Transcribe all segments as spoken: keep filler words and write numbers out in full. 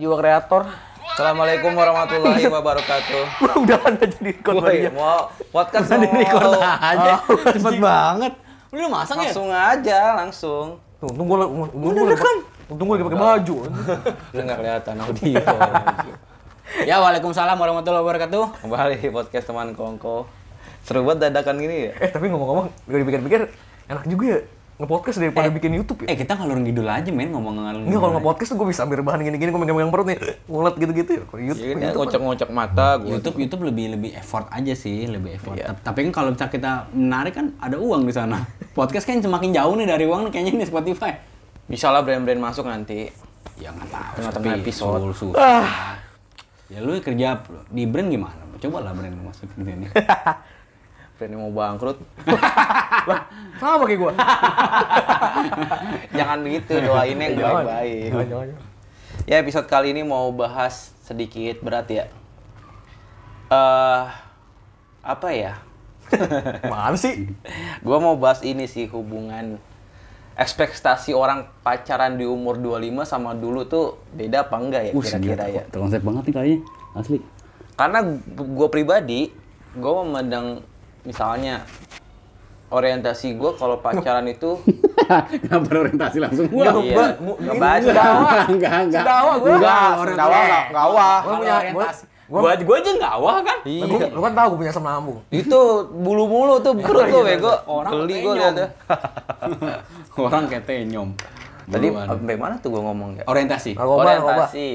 jiwa kreator. Assalamualaikum warahmatullahi wabarakatuh. Udah ada jadi record Woi, aja. mau podcast Udah mau record aja. Cepet banget. Lu udah masang ya? langsung aja, langsung. Tuh, tunggu tunggu rekam. Tunggu lagi pakai baju. Udah nggak kelihatan audio. Ya, waalaikumsalam warahmatullahi wabarakatuh. Kembali podcast teman Kongko. Seru banget dadakan gini ya. Eh, tapi ngomong-ngomong, gue dipikir-pikir enak juga ya nge-podcast daripada Eh, bikin YouTube ya. Eh, kita ngalur ngidul aja, men, ngomong ngalur. Enggak, kalau nge-podcast tuh gue bisa ambil rebahan gini-gini, gue megang-megang perut nih, ngulet gitu-gitu ya. Kalau YouTube, Iya, ini YouTube ngocok-ngocok mata gua. YouTube YouTube lebih lebih effort aja sih, lebih effort. Iya. Ta- Tapi kan kalau misalnya kita menarik kan ada uang di sana. Podcast kan semakin jauh nih dari uang nih kayaknya nih Spotify. Bisa lah brand-brand masuk nanti. Ya nggak tahu. Tengah-tengah tapi episode. sul- susah. Ya lu kerja di brand gimana? Coba lah brand masuk ke sini. Brand yang mau bangkrut. lah, sama kayak gue. Jangan begitu, doain yang baik-baik. Jangan, jangan, jangan. Ya, episode kali ini mau bahas sedikit berat ya. Eh apa ya? Mana sih? Gua mau bahas ini sih, hubungan ekspektasi orang pacaran di umur dua puluh lima sama dulu tuh beda apa enggak ya kira-kira ya? Konsep banget nih kayaknya, asli. Karena gue pribadi, gue memandang misalnya orientasi gue kalau pacaran itu Kenapa berorientasi langsung gua? Enggak, iya, gua- mu- ngebaca. Enggak, enggak, enggak. Sedawa gua. Enggak, orang sendawa tua. enggak, enggak awah. Gua punya orientasi. gua- Gua gua aja enggak awah kan? Iya. Lu, lu kan tahu gue punya asam lambung. Itu bulu mulu tuh perut gue bego. Orang Geli gue tenyom. liatnya. Orang kayak tenyom. Tadi Duluan. sampai mana tuh gue ngomong ya? Orientasi. Narkoba, narkoba. Orientasi.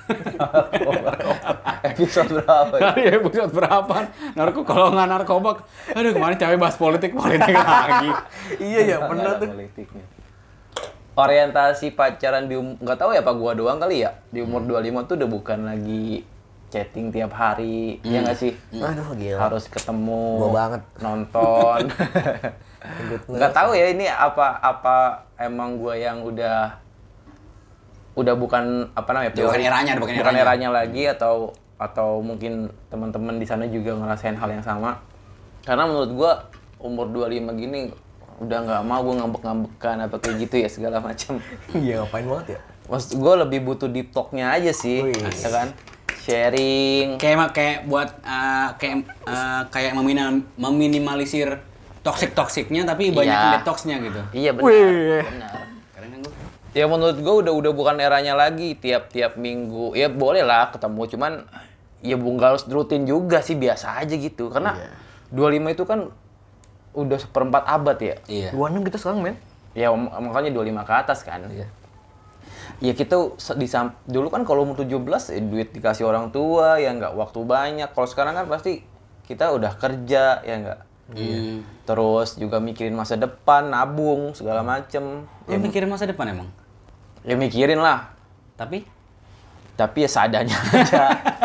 Episode berapa? ya? Kali ya episode berapa? Narko kalau nggak narkoba, aduh kemarin cewek bahas politik politik lagi. Iya ya, Nggak bener ada tuh. politiknya. Orientasi pacaran di um- nggak tahu ya apa gua doang kali ya. Di umur dua puluh lima tuh udah bukan lagi chatting tiap hari, ya nggak sih? Aduh, gila. Harus ketemu, Gua banget. nonton. Nggak tahu ya ini apa apa emang gua yang udah udah bukan apa namanya? Bukan eranya, bukan bukan eranya. eranya lagi atau atau mungkin teman-teman di sana juga ngerasain hal yang sama. Karena menurut gua umur dua puluh lima gini udah nggak mau gue ngambek-ngambekan apa kayak gitu ya segala macam. Iya, ngapain banget ya? Maksud gue lebih butuh deep talk-nya aja sih, Wih. ya kan? Sharing. Kayak kayak buat uh, kayak uh, kayak meminim- meminimalisir toxic toksiknya tapi banyakin Iya. detoxnya gitu. Iya benar. Wih. Benar. Keren kan gua? Ya menurut gue udah udah bukan eranya lagi tiap-tiap minggu. Ya boleh lah ketemu, cuman ya bu nggak harus rutin juga sih, biasa aja gitu. Karena dua puluh lima itu kan udah seperempat abad ya. Iya. dua puluh enam kita sekarang, men. Ya mak- makanya dua puluh lima ke atas kan. Iya. Ya kita se- di sam- dulu kan kalau umur tujuh belas ya duit dikasih orang tua ya nggak, waktu banyak. Kalau sekarang kan pasti kita udah kerja ya nggak. Hmm. Terus juga mikirin masa depan, nabung segala macem. Lu mikirin masa depan emang? Ya mikirin lah. Tapi Tapi ya seadanya aja.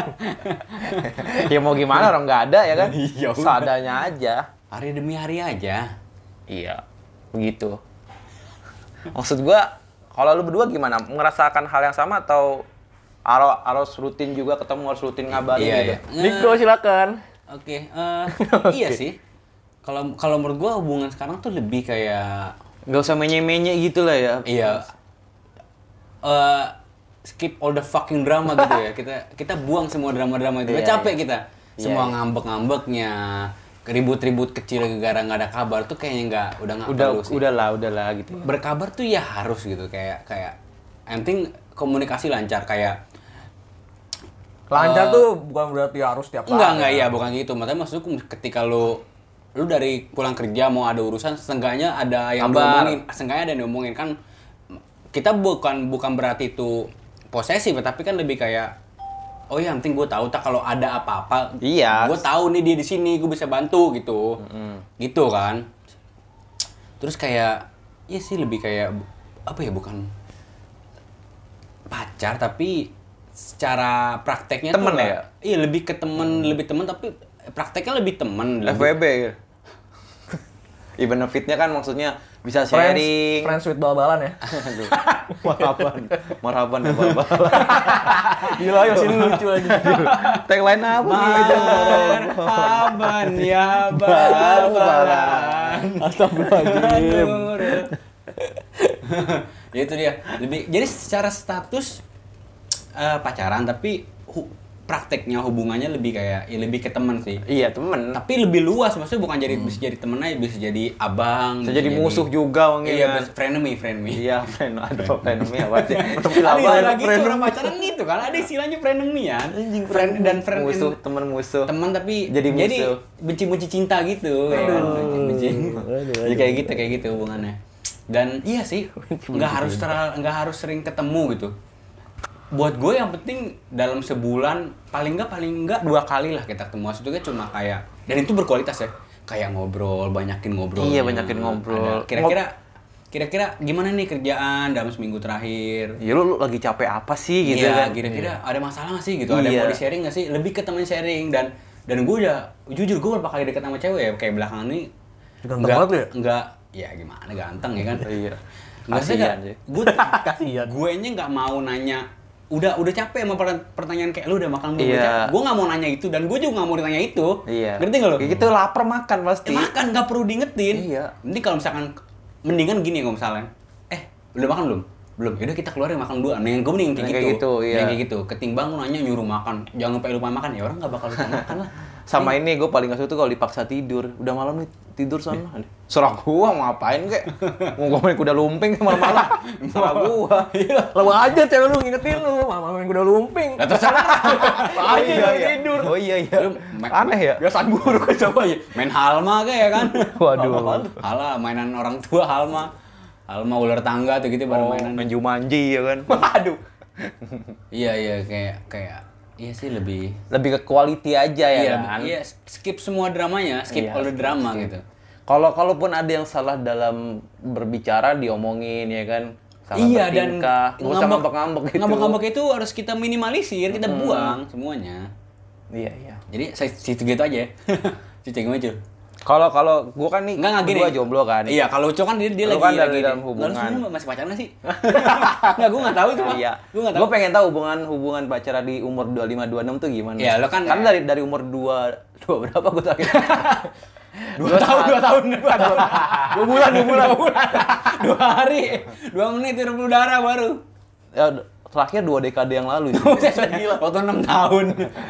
Ya mau gimana, orang nggak ada ya kan? Iya, udah. Seadanya aja. hari demi hari aja. Iya, begitu. Maksud gua, kalau lu berdua gimana? Ngerasakan hal yang sama atau aro- harus rutin juga ketemu, harus rutin ngabarin Iya, gitu? iya. Diko, silakan. Oke, eh, iya sih. Kalau kalau menurut gua hubungan sekarang tuh lebih kayak Nggak usah menye-menye gitu lah ya. iya eh skip all the fucking drama gitu ya. Kita kita buang semua drama-drama itu. Udah Iya, capek iya. kita. Iya, Semua iya. ngambek-ngambeknya, ribut-ribut kecil gara nggak ada kabar tuh kayaknya nggak udah nggak Udah, perlu sih. udah lah, udah lah gitu. Berkabar tuh ya harus gitu kayak kayak yang penting komunikasi lancar kayak Lancar tuh bukan berarti harus tiap hari. enggak enggak iya bukan gitu. Makanya maksudku ketika lu lu dari pulang kerja mau ada urusan seenggaknya ada yang Kabar. diomongin, seenggaknya ada yang diomongin kan kita bukan bukan berarti itu posesif tapi kan lebih kayak oh ya yang penting gue tahu tak kalau ada apa-apa Iya. gue tahu nih dia di sini gue bisa bantu gitu gitu kan terus kayak ya sih lebih kayak apa ya bukan pacar tapi secara prakteknya Temen tuh ya? nggak- iya lebih ke temen lebih temen tapi prakteknya lebih temen F W lebih- B ya? Ya benefitnya kan maksudnya bisa Friends, sharing. friends with bal-balan ya. Aduh, marhaban, marhaban ya bapak. Gila, ya sini lucu lagi. Tagline apa gitu? Marhaban ya bal-balan. Astagfirullahaladzim. Ya itu dia. Lebih jadi secara status eh, pacaran tapi hu- prakteknya hubungannya lebih kayak ya lebih ke teman sih. Iya, temen. Tapi lebih luas, maksudnya bukan jadi bisa jadi temen aja, bisa jadi abang, Bisa jadi musuh juga mungkin. Iya, kan. best frenemy, frenemy. Iya, friend. Aduh, frenemy apa sih? Ada Apa ya? istilah gitu, Frenemy. orang pacaran gitu kan, ada istilahnya frenemy ya. Friend dan friend musuh, teman musuh. teman tapi Jadi musuh. benci-benci cinta gitu. ya kan? Benci. Ya, kayak gitu, kayak gitu hubungannya. Dan iya sih, nggak harus terlalu, nggak harus sering ketemu gitu. Buat gue yang penting dalam sebulan paling nggak paling nggak dua kali lah kita ketemu. Maksudnya cuma kayak dan itu berkualitas ya. Kayak ngobrol, banyakin ngobrol. Iya, banyakin ngobrol. Kira-kira kira-kira gimana nih kerjaan dalam seminggu terakhir? Ya lu, lu lagi capek apa sih gitu Iya, kan? kira-kira ada masalah nggak sih gitu? Ada yang Iya. mau di-sharing nggak sih? Lebih ke temen sharing dan dan gue udah jujur gue beberapa kali deket sama cewek ya kayak belakangan ini Ganteng banget lu ya? Enggak, ya gimana ganteng ya kan? Iya. Enggak sih, Kasihan sih. gue Kasihan. gue nya nggak mau nanya udah udah capek sama per- pertanyaan kayak lu udah makan belum? Iya. Gue nggak mau nanya itu dan gue juga nggak mau ditanya itu. Iya. Ngerti nggak lu? Kayak gitu lapar makan pasti. Eh, makan nggak perlu diingetin. Iya. Nanti kalau misalkan mendingan gini kalau misalnya, eh udah makan belum? Belum. Yaudah kita keluar makan dulu. Nah, yang gue mending kayak Yang gitu. kayak gitu, iya. Yang kayak gitu. Ketimbang lu nanya nyuruh makan, jangan lupa lupa makan ya orang nggak bakal lupa makan lah. Sama ini gue paling gak suka tuh kalau dipaksa tidur. Udah malam nih, tidur sana. Serah gua mau ngapain kek. Mau gua main kuda lumping malam-malam. Serah gua. Lu aja cewek lu ngingetin lu, mama main kuda lumping. Lah terserah. Oh iya, iya. tidur. Oh iya iya. Lu ma- Aneh ya? Biasaan buruk coba ya. Main halma kayak ya kan? Waduh. Hala, mainan orang tua halma. Halma ular tangga tuh gitu baru Oh, mainan. main jumanji ya kan. Waduh. Iya iya kayak kayak iya sih lebih Lebih ke quality aja ya iya, kan. iya skip semua dramanya, skip Iya, all the drama gitu. Kalau kalaupun ada yang salah dalam berbicara diomongin ya kan. Salah Iya dan bertingkah, nggak usah ngambek-ngambek gitu. Ngambek-ngambek itu harus kita minimalisir, kita buang semuanya. Iya iya. Jadi saya situ gitu aja. Situ gimana cuy? Kalau kalau gua kan nih Enggak enggak gini. gua jomblo kan. Iya, kalau Uco kan dia dia Lu lagi kan dari lagi dalam di- hubungan. Lalu sebenarnya masih pacaran nggak sih? Enggak, gua enggak tahu itu. Pak. Iya. Gua enggak tahu. Gue pengen tahu hubungan hubungan pacaran di umur dua puluh lima dua puluh enam tuh gimana? Iya, lo kan- Karena dari dari umur dua dua berapa gue terakhir? dua tahun, dua tahun, dua tahun. dua bulan, dua bulan. Dua hari, dua menit hirup udara baru. Ya terakhir dua dekade yang lalu sih. Gila. Waktu enam tahun.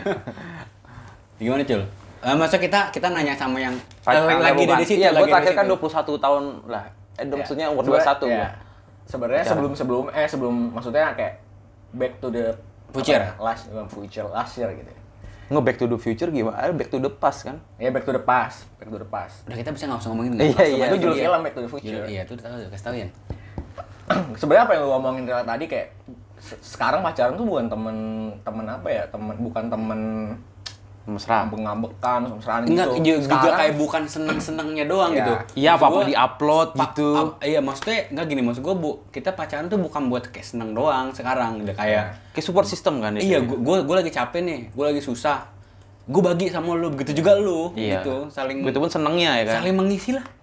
Gimana, Cul? Eh, masa kita kita nanya sama yang Pacaran eh, lagi bukan. dari situ, Iya, gue lagi terakhir dari kan situ. dua puluh satu tahun lah. Eh, Ya. maksudnya umur Sebenarnya- dua puluh satu ya. gua. Sebenarnya Pacaran. sebelum sebelum eh sebelum maksudnya kayak back to the Future. apa ya, last bukan future last year gitu. ya. Nge back to the future gimana? Eh, back to the past kan? Ya back to the past, back to the past. Udah kita bisa nggak usah ngomongin Iya, nggak? iya. Itu judul Iya. film Back to the Future. Judul- Iya, itu udah tahu, kasih tahu ya. Sebenarnya apa yang lu ngomongin Rela tadi kayak se- sekarang pacaran tuh bukan temen temen apa ya temen bukan temen Mesra. ngambek-ngambekan mesraan Enggak, gitu. juga, juga kayak bukan seneng-senengnya doang Iya. gitu. Iya, Maksud apa-apa gua, di-upload pa- gitu. am- iya, maksudnya enggak gini, maksud gua bu, kita pacaran tuh bukan buat kayak seneng doang sekarang, udah kayak Kayak support system kan iya, itu. gua, gua gua lagi capek nih, gua lagi susah. Gua bagi sama lu, begitu juga lu, Iya. gitu, saling Itu pun senengnya ya kan. saling mengisi lah.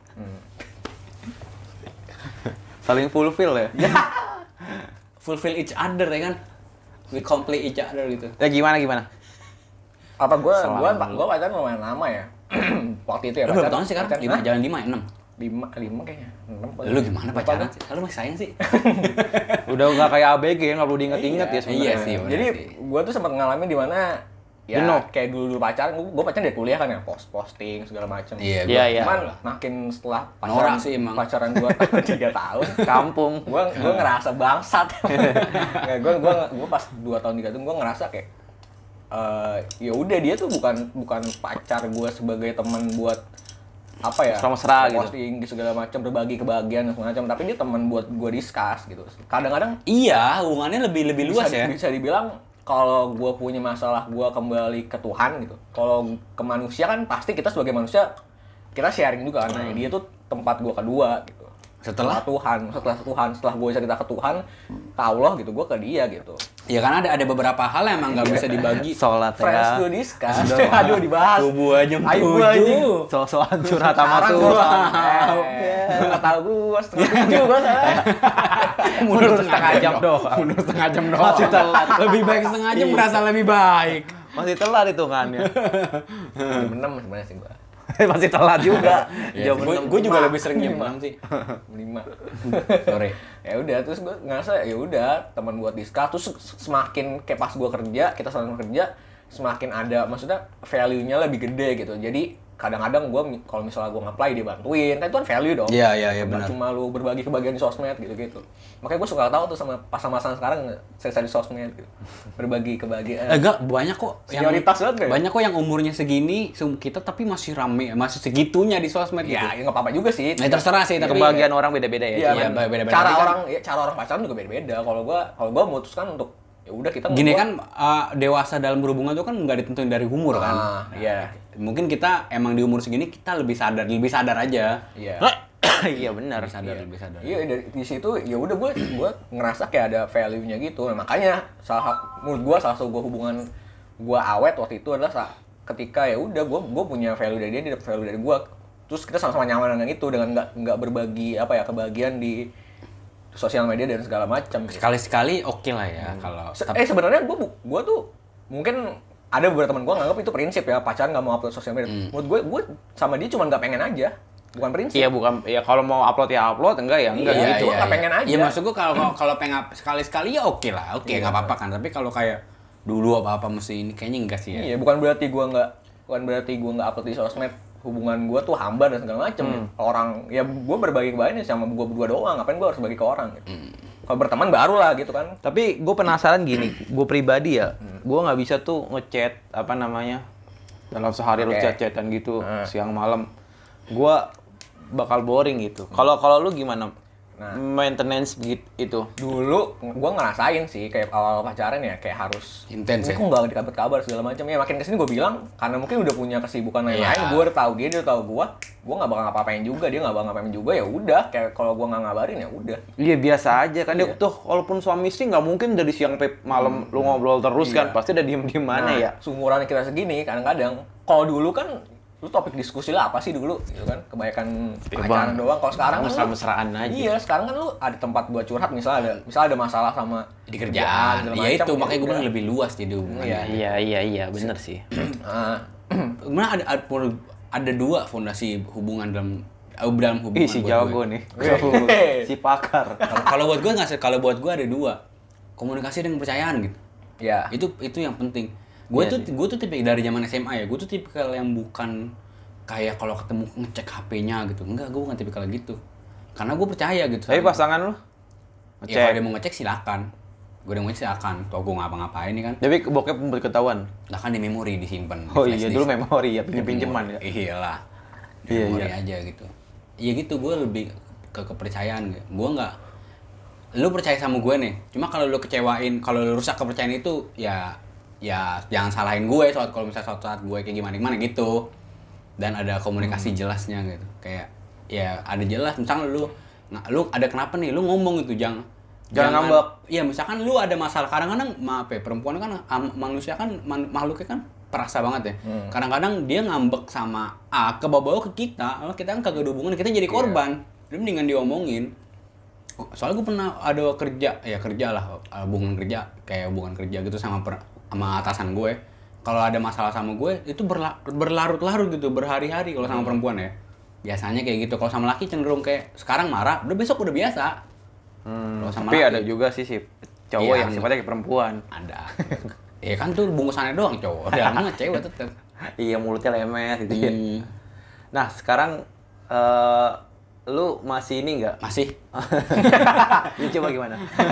Saling fulfill ya. Fulfill each other ya kan. We complete each other gitu. Ya gimana gimana? apa gua gua Selama gua pacaran lumayan lama ya. Waktu itu ya Lu berapa pacaran. tahun sih sekarang? pacaran- Lima, Hah? jalan lima, ya? Enam. lima lima kayaknya. enam apa? Lu gimana Lupa pacaran gua. sih? Lu masih sayang sih? Udah nggak kayak A B G, nggak perlu diinget-inget ya sebenarnya. Iya sih, bener Jadi sih. gua tuh sempat ngalamin di mana ya Jenuh. kayak dulu dulu pacaran gua, gua pacaran dari kuliah kan ya post posting segala macam. Iya, Iya, iya. Cuman makin setelah Norak pacaran sih emang. pacaran dua tahun tiga tahun Kampung. gua gua ngerasa bangsat. Nggak, gua gua gua pas dua tahun tiga tahun gua ngerasa kayak eh ya udah dia tuh bukan bukan pacar gua sebagai teman buat apa ya Mesra-mesra gitu. posting di segala macam berbagi kebahagiaan dan segala macam tapi dia teman buat gua discuss gitu kadang-kadang Iya, hubungannya lebih lebih luas bisa, ya. bisa dibilang kalau gua punya masalah gua kembali ke Tuhan gitu kalau ke manusia kan pasti kita sebagai manusia kita sharing juga kan nah, dia tuh tempat gua kedua gitu Setelah? Tuhan setelah Tuhan setelah gua cerita ke Tuhan ke Allah gitu gua ke dia gitu Ya kan ada ada beberapa hal yang emang nggak bisa dibagi. Sholat friends ya. to discuss aduh dibahas Subuh jam Ayo, tujuh. anjing. Soal-soal curhat sama Sekarang Tuhan. gua eh, lu nggak tahu gua setengah tujuh gua salah Mundur setengah jam doang. Mundur setengah jam doang. Masih telat. Lebih baik setengah jam merasa lebih baik. Masih telat hitungannya. jam enam sebenarnya sih gua Masih telat juga. Ya, Jam gue enam. gue juga lebih sering jam enam sih. lima. Sorry. Ya udah, terus gue ngerasa ya udah teman buat diskus, terus semakin kayak pas gue kerja, kita sama kerja, semakin ada maksudnya value-nya lebih gede gitu. Jadi kadang-kadang gue kalau misalnya gue nge-apply dia bantuin, kan itu kan value dong. Iya, iya, iya, Bukan benar. cuma lu berbagi kebahagiaan di sosmed gitu-gitu. Makanya gue suka tahu tuh sama pasang-pasang sekarang saya di sosmed gitu. Berbagi kebahagiaan. Eh, enggak, banyak kok yang Senioritas banget nggak ya? banyak kok yang umurnya segini se- kita tapi masih rame, masih segitunya di sosmed gitu. Ya, ya nggak apa-apa juga sih. Nah, terserah sih tapi Kebahagiaan orang beda-beda ya. Iya, Iya, men. beda-beda. Cara Tapi kan- orang ya, cara orang pacaran juga beda-beda. Kalau gua kalau gua memutuskan untuk ya udah kita gini gua- kan uh, dewasa dalam berhubungan itu kan nggak ditentuin dari umur kan. Ah, iya. Mungkin kita emang di umur segini kita lebih sadar, lebih sadar aja. Iya. Iya benar. Lebih sadar, lebih sadar. Iya, dari di situ ya udah gua gua ngerasa kayak ada value-nya gitu. Nah, makanya salah menurut gua salah satu gua hubungan gua awet waktu itu adalah sa- ketika ya udah gua gua punya value dari dia, dia dapat value dari gua. Terus kita sama-sama nyaman dengan itu dengan nggak nggak berbagi apa ya kebahagiaan di sosial media dan segala macam. Sekali-sekali oke lah ya kalau Se- tapi eh sebenarnya gua bu- gua tuh mungkin ada beberapa teman gua nganggap itu prinsip ya, pacaran nggak mau upload sosial media. Menurut gue gue sama dia cuma nggak pengen aja, bukan prinsip. Iya bukan ya kalau mau upload ya upload, enggak ya enggak Iya, gitu. gua nggak pengen aja. Iya maksud gua kalau kalau pengen sekali-sekali ya oke lah, oke nggak apa-apa kan. Tapi kalau kayak dulu apa-apa mesti ini kayaknya enggak sih ya. Iya, bukan berarti gua nggak bukan berarti gua nggak upload di sosmed. Hubungan gua tuh hamba dan segala macem. Orang ya gua berbagi kebahagiaan sama gua berdua doang. Ngapain gua harus bagi ke orang gitu. Kalau berteman baru lah gitu kan. Tapi gue penasaran gini, gue pribadi ya, gue nggak bisa tuh ngechat apa namanya dalam sehari lu Oke. chat-chatan gitu Hmm. siang malam, gue bakal boring gitu. Kalau kalau lu gimana? Nah. Maintenance gitu itu. Dulu gua ngerasain sih kayak awal pacaran ya kayak harus Intens ini ya? kok nggak dikabar-kabar segala macam ya. Makin kesini gua bilang karena mungkin udah punya kesibukan lain-lain. Iya. Gua udah tahu dia, dia udah tahu gua. Gua nggak bakal ngapa-ngapain juga, dia nggak bakal ngapain juga ya udah. Kayak kalau gua nggak ngabarin ya udah. Iya biasa aja kan dia Iya. tuh walaupun suami istri nggak mungkin dari siang sampai malam lu ngobrol terus kan, Iya. pasti ada diem-diem mana Nah, ya. Seumuran kita segini kadang-kadang kalau dulu kan lu topik diskusi lah apa sih dulu gitu kan kebanyakan Iya, pacaran Bang. doang. Kalau sekarang kan lu- Mesra-mesraan aja. Iya, sekarang kan lu ada tempat buat curhat misalnya ada misalnya ada masalah sama Di kerjaan. segala Iya macam, itu ya makanya gue udah. bilang lebih luas jadi hubungannya. Iya. Iya iya iya bener sih. Ah. Kemudian ada, ada ada dua fondasi hubungan dalam eh, dalam hubungan Ih si buat jago gue. nih. Weh. Si pakar. Kalau kalau buat gue nggak sih, kalau buat gue ada dua, komunikasi dan kepercayaan gitu. Ya. Itu itu yang penting. Gue Iya tuh sih. gue tuh tipe dari zaman S M A ya, gue tuh tipikal yang bukan kayak kalau ketemu ngecek H P-nya gitu. Enggak, gue bukan tipikal gitu. Karena gue percaya gitu. Tapi sama- pasangan lu? ya kalau Ngecek. dia mau ngecek silakan. Gue udah mau ngecek silakan. Tuh gue ngapa-ngapain nih kan. Tapi bokep belum ketahuan. Lah kan di memori disimpan. di Oh flash iya, disk. dulu memori ya, pinjem-pinjeman ya. Iyalah. Di Iya, memori iya. aja gitu. Iya gitu, gue lebih ke kepercayaan gitu. Gue nggak, lu percaya sama gue nih. Cuma kalau lu kecewain, kalau lu rusak kepercayaan itu, ya ya jangan salahin gue soal kalau misalnya suatu saat gue kayak gimana gimana gitu. Dan ada komunikasi Hmm. jelasnya gitu. Kayak ya ada jelas. Misalnya lu, nah, lu ada kenapa nih? Lu ngomong gitu, jangan Jangan ngambek. Iya, misalkan lu ada masalah, kadang-kadang maaf ya, perempuan kan am- manusia kan man- makhluknya kan perasa banget ya. Hmm. Kadang-kadang dia ngambek sama A ke bawah ke kita, lalu kita kan kagak ada hubungan, kita jadi Iya. korban. Dia mendingan diomongin. Soalnya gue pernah ada kerja, ya kerja lah, uh, hubungan kerja, kayak hubungan kerja gitu sama per, sama atasan gue. Kalau ada masalah sama gue, itu berla, berlarut-larut gitu, berhari-hari kalau sama perempuan ya. Biasanya kayak gitu. Kalau sama laki cenderung kayak sekarang marah, udah besok udah biasa. Hmm, Kalau sama tapi laki- ada juga sih si cowok Iya, yang sifatnya kayak perempuan. Ada. Ya kan tuh bungkusannya doang cowok. Dalamnya cewek tetep. Iya mulutnya lemes gitu ya. Hmm, Nah sekarang eh lu masih ini nggak? masih. Lu coba gimana?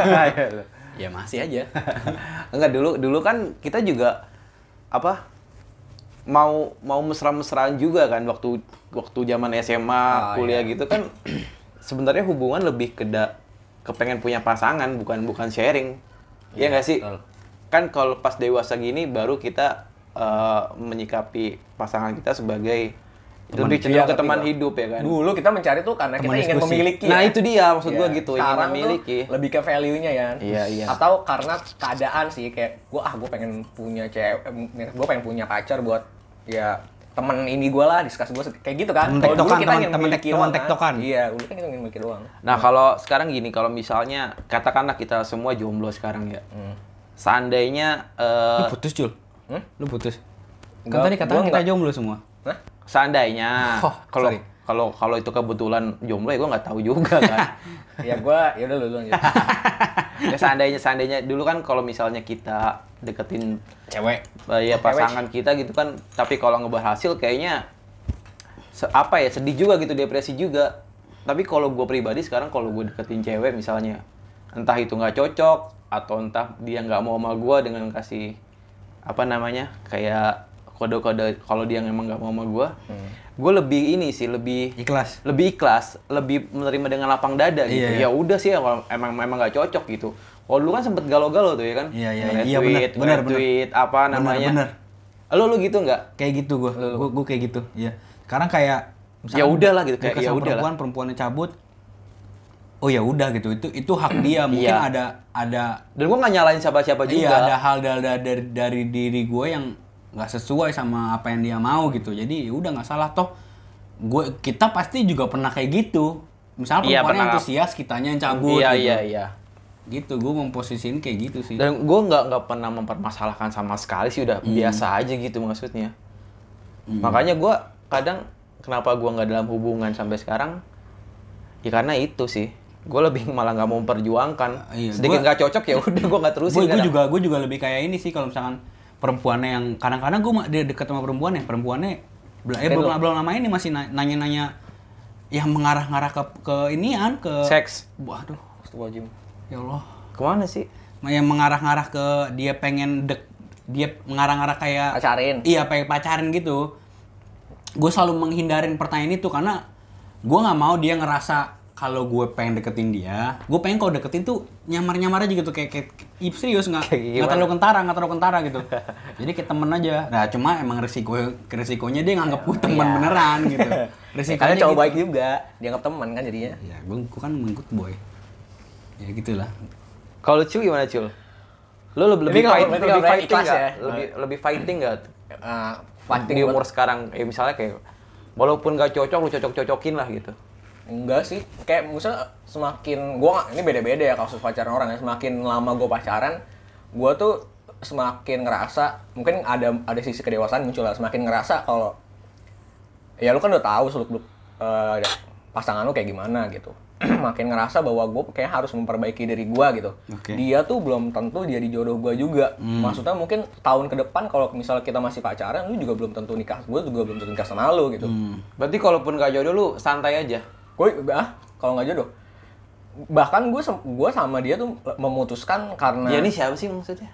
Ya masih aja. Enggak dulu dulu kan kita juga apa mau mau mesra-mesraan juga kan waktu waktu zaman S M A Ah, kuliah iya. gitu kan sebenarnya hubungan lebih ke da- kepengen punya pasangan bukan bukan sharing. Iya nggak sih? betul. Kan kalau pas dewasa gini baru kita eh, menyikapi pasangan kita sebagai Teman- lebih cenderung iya, ke teman ngerti hidup ya kan. Dulu kita mencari tuh karena Teman kita ingin diskusi. memiliki. Nah ya. itu dia maksud gua Iya. gitu ingin Sekarang tuh memiliki. lebih ke value-nya ya. Iya, iya. Atau karena keadaan sih kayak gua ah gua pengen punya cewek, eh, gua pengen punya pacar buat ya temen ini gua lah, diskus gua kayak gitu kan. Temen Kalau dulu tektokan, kita temen- ingin temen memiliki tek- temen doang, kan. tektokan. Iya, dulu kan kita ingin memiliki doang. Nah kalau sekarang gini, kalau misalnya katakanlah kita semua jomblo sekarang ya, Hmm. seandainya eh, Lu putus, Jul? Hmm? Lu putus? Enggak, Kan tadi katakan gua kita enggak. jomblo semua. Hah? Seandainya Oh, kalau sorry. kalau kalau itu kebetulan jomblo ya gue nggak tahu juga kan. Ya gua ya udah lu lu lanjut. Ya seandainya seandainya dulu kan kalau misalnya kita deketin Cewek. eh, ya Cewek. pasangan kita gitu kan, tapi kalau ngeberhasil kayaknya se- apa ya sedih juga gitu, depresi juga. Tapi kalau gue pribadi sekarang kalau gue deketin cewek misalnya, entah itu nggak cocok atau entah dia nggak mau sama gue dengan kasih apa namanya kayak kode-kode, kalau dia emang nggak mau sama gue, hmm. gue lebih ini sih lebih Ikhlas. lebih ikhlas, lebih menerima dengan lapang dada gitu. Iya, iya. Ya udah sih kalau emang memang nggak cocok gitu. Kalau dulu kan sempet galau-galau tuh ya kan. Iya, iya, Nge-retweet, iya, benar, benar, nge-retweet, apa Bener, namanya. bener. Lu lu gitu nggak? Kayak gitu gue, gue gue kayak gitu. Iya. Sekarang kayak Ya udahlah gitu, kayak deket ya sama udahlah. perempuan, perempuannya cabut. Oh ya udah gitu. Itu itu hak dia. Mungkin Iya. ada ada Dan gue nggak nyalain siapa-siapa juga. Iya, ada hal dari dari, dari diri gue yang nggak sesuai sama apa yang dia mau gitu. Jadi ya udah nggak salah toh. Gue kita pasti juga pernah kayak gitu. Misalnya Iya, perempuannya pernah. antusias, kitanya yang cabut Iya gitu. iya iya. Gitu, gue memposisiin kayak gitu sih. Dan gue nggak nggak pernah mempermasalahkan sama sekali sih, udah Hmm. biasa aja gitu maksudnya. Makanya gue kadang kenapa gue nggak dalam hubungan sampai sekarang, ya karena itu sih. Gue lebih malah nggak mau memperjuangkan. Iya, Sedikit gua- nggak cocok ya udah gue nggak terusin. Gue kadang. juga gue juga lebih kayak ini sih kalau misalkan perempuannya yang kadang-kadang gue dia dekat sama perempuan ya, perempuannya bela- eh, Kayak belum lu. belum lama ini masih na- nanya-nanya yang mengarah-ngarah ke ke inian ke Seks. Waduh, Astagfirullahaladzim. ya Allah. Kemana sih? Yang mengarah-ngarah ke dia pengen dek dia mengarah-ngarah kayak Pacarin. Iya, pengen pacarin gitu. Gue selalu menghindarin pertanyaan itu karena gue nggak mau dia ngerasa kalau gue pengen deketin dia, gue pengen kalau deketin tuh nyamar-nyamar aja gitu kayak kayak ih, serius nggak Kayak nggak gimana? terlalu kentara nggak terlalu kentara gitu. Jadi kayak temen aja. Nah cuma emang resiko resikonya dia nganggap gue teman Iya. beneran gitu. Karena Resikonya cowok gitu. baik juga, dianggap teman kan jadinya. Ya gue gue kan emang good boy. Ya gitulah. Kalau Cul gimana Cul? Lu lebih, Ini lebih, kalau- fight, berarti lebih kalau fighting ikhlas nggak? ya? Lebih lebih fighting nggak? Uh, fighting Di buat- umur sekarang, ya misalnya kayak walaupun nggak cocok, lu cocok-cocokin lah gitu. Enggak sih, kayak misalnya semakin gua nggak- ini beda-beda ya kasus pacaran orang ya. Semakin lama gua pacaran, gua tuh semakin ngerasa mungkin ada ada sisi kedewasaan muncul lah. Semakin ngerasa kalau ya lu kan udah tahu seluk-beluk eh, pasangan lu kayak gimana gitu. Makin ngerasa bahwa gua kayak harus memperbaiki diri gua gitu. Oke. Dia tuh belum tentu jadi jodoh gua juga. Maksudnya mungkin tahun ke depan kalau misalnya kita masih pacaran, lu juga belum tentu nikah. Gua juga belum tentu nikah sama lu gitu. Berarti kalaupun nggak jodoh lu santai aja. Gue ah kalau nggak jodoh, bahkan gue gue sama dia tuh memutuskan karena Dia ini siapa sih maksudnya?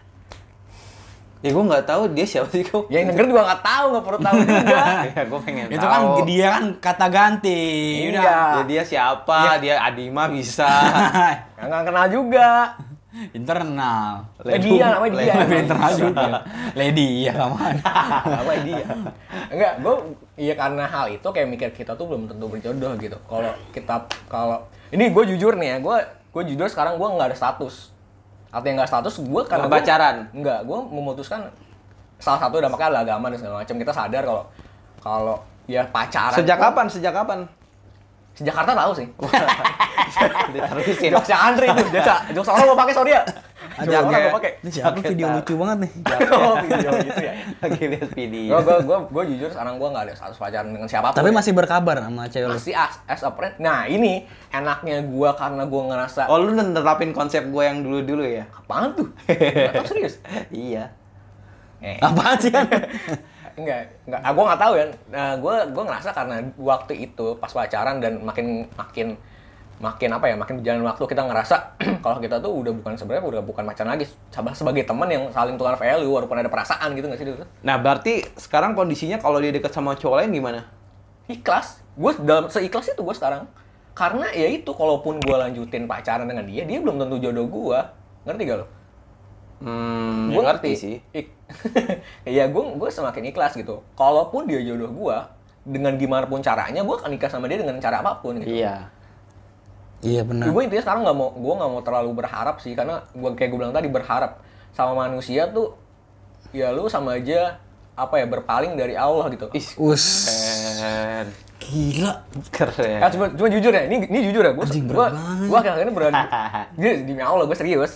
Ya gue nggak tahu dia siapa sih kok. ya yang denger juga nggak tahu, nggak perlu tahu juga. Ya gue pengen Itu tahu. kan dia kan kata ganti. Iya. Udah. Ya, dia siapa? Dia Adima bisa. Nggak nggak kenal juga. Internal. Eh, dia namanya dia. Lebih internal juga. Lady ya sama. Apa dia? Enggak, gue iya karena hal itu kayak mikir kita tuh belum tentu berjodoh gitu. Kalau kita kalau ini gue jujur nih ya, gue gue jujur sekarang gue nggak ada status. Artinya nggak status gue karena Nggak pacaran? Gua, enggak, gue memutuskan salah satu dampaknya adalah agama dan segala macam. Kita sadar kalau kalau ya pacaran. Sejak tuh- kapan? Sejak kapan? Sejak Jakarta tahu sih. Diterusin. Jokes Andri itu, jokes jokes orang gue pakai sorry ya. Jokes orang gue pakai. Ini siapa video lucu banget nih. Oh, video gitu ya. Lagi lihat video. Gue gue gue gue jujur sekarang gue nggak ada status pacaran dengan siapapun. Tapi ya. masih berkabar sama cewek lu. masih as, as a friend. Nah ini enaknya gue karena gue ngerasa Oh lu nerapin konsep gue yang dulu-dulu ya? apaan tuh? Nggak tahu serius. Iya. Eh. Apaan sih kan? Enggak, enggak. Ah, gue nggak tahu ya. Nah, gue gue ngerasa karena waktu itu pas pacaran dan makin makin makin apa ya, makin berjalan waktu kita ngerasa kalau kita tuh udah bukan sebenarnya udah bukan pacaran lagi, sama sebagai teman yang saling tukar value walaupun ada perasaan gitu nggak sih itu? Nah berarti sekarang kondisinya kalau dia deket sama cowok lain gimana? Ikhlas. Gue dalam seikhlas itu gue sekarang. Karena ya itu, kalaupun gue lanjutin pacaran dengan dia, dia belum tentu jodoh gue. Ngerti gak lo? Hmm, Gue ya ngerti sih. Ik- Iya, gue gue semakin ikhlas gitu. Kalaupun dia jodoh gue, dengan gimana pun caranya, gue akan nikah sama dia dengan cara apapun gitu. Iya. Iya benar. Gue intinya sekarang nggak mau, gue nggak mau terlalu berharap sih, karena gue kayak gue bilang tadi berharap sama manusia tuh, ya lu sama aja apa ya berpaling dari Allah gitu. Is, Us. keren. Gila. Keren. Ya, cuma, cuma jujur ya, ini, ini jujur ya, gue Anjing, gue berat banget. gue akhir-akhir berani, ini demi Allah gue serius,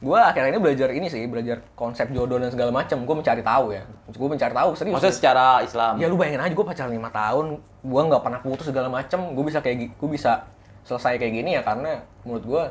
gue akhirnya ini belajar ini sih, belajar konsep jodoh dan segala macam. Gue mencari tahu ya, gue mencari tahu serius. Maksudnya secara Islam? Ya lu bayangin aja gue pacaran lima tahun, gue nggak pernah putus segala macam, gue bisa kayak gue bisa selesai kayak gini ya karena menurut gue,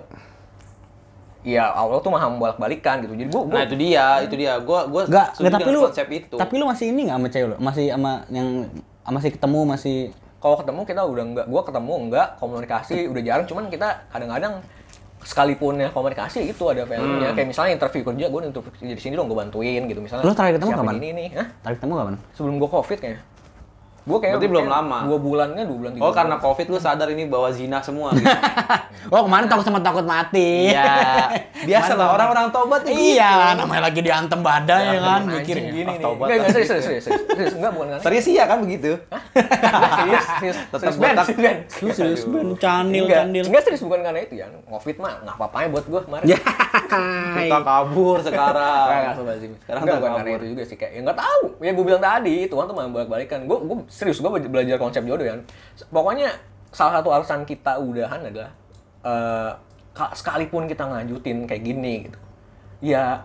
ya Allah tuh maha membolak-balikan gitu. Jadi gue, nah itu dia, itu dia. Gue gue Nggak, setuju nggak, tapi dengan lu, konsep itu. tapi lu masih ini nggak sama cewek lu? Masih sama yang masih ketemu masih kalau ketemu kita udah enggak, gue ketemu enggak, komunikasi udah jarang, cuman kita kadang-kadang sekalipun ya komunikasi itu ada value-nya. Hmm. Kayak misalnya interview kerja, gue interview kerja di sini dong, gue bantuin gitu misalnya. Lu terakhir ketemu siapin kapan? Ini nih, hah? terakhir ketemu kapan? Sebelum gue covid kayaknya. Gue kayak Berarti belum lama. Dua bulannya, dua bulan tiga Oh bulan. karena Covid lu sadar ini bahwa zina semua gitu. Oh kemarin takut sama takut mati. Iya. Biasa lah orang-orang tobat ya gitu. Iya, namanya lagi diantem badai ya kan, Anjing, mikir gini nih. tobat. Enggak, enggak, serius, serius, serius, serius, serius, enggak, bukan kan? Serius iya kan begitu? Enggak, serius, serius, Tetap serius, Ben, botak. serius, Ben. Lu serius Ben, canil Enggak, canil. enggak serius, bukan karena itu ya. Covid mah nggak apa-apanya buat gue kemarin. Ya. Kita kabur sekarang. Enggak, enggak, sobat sih. Sekarang Enggak, udah bukan karena kabur. itu juga sih. Kayak, ya nggak tahu. Ya gue bilang tadi, Tuhan tuh mau balik-balikan. Gue, gue serius, gue belajar konsep jodoh ya. Pokoknya salah satu alasan kita udahan adalah eh, ka- sekalipun kita ngajutin kayak gini gitu. Ya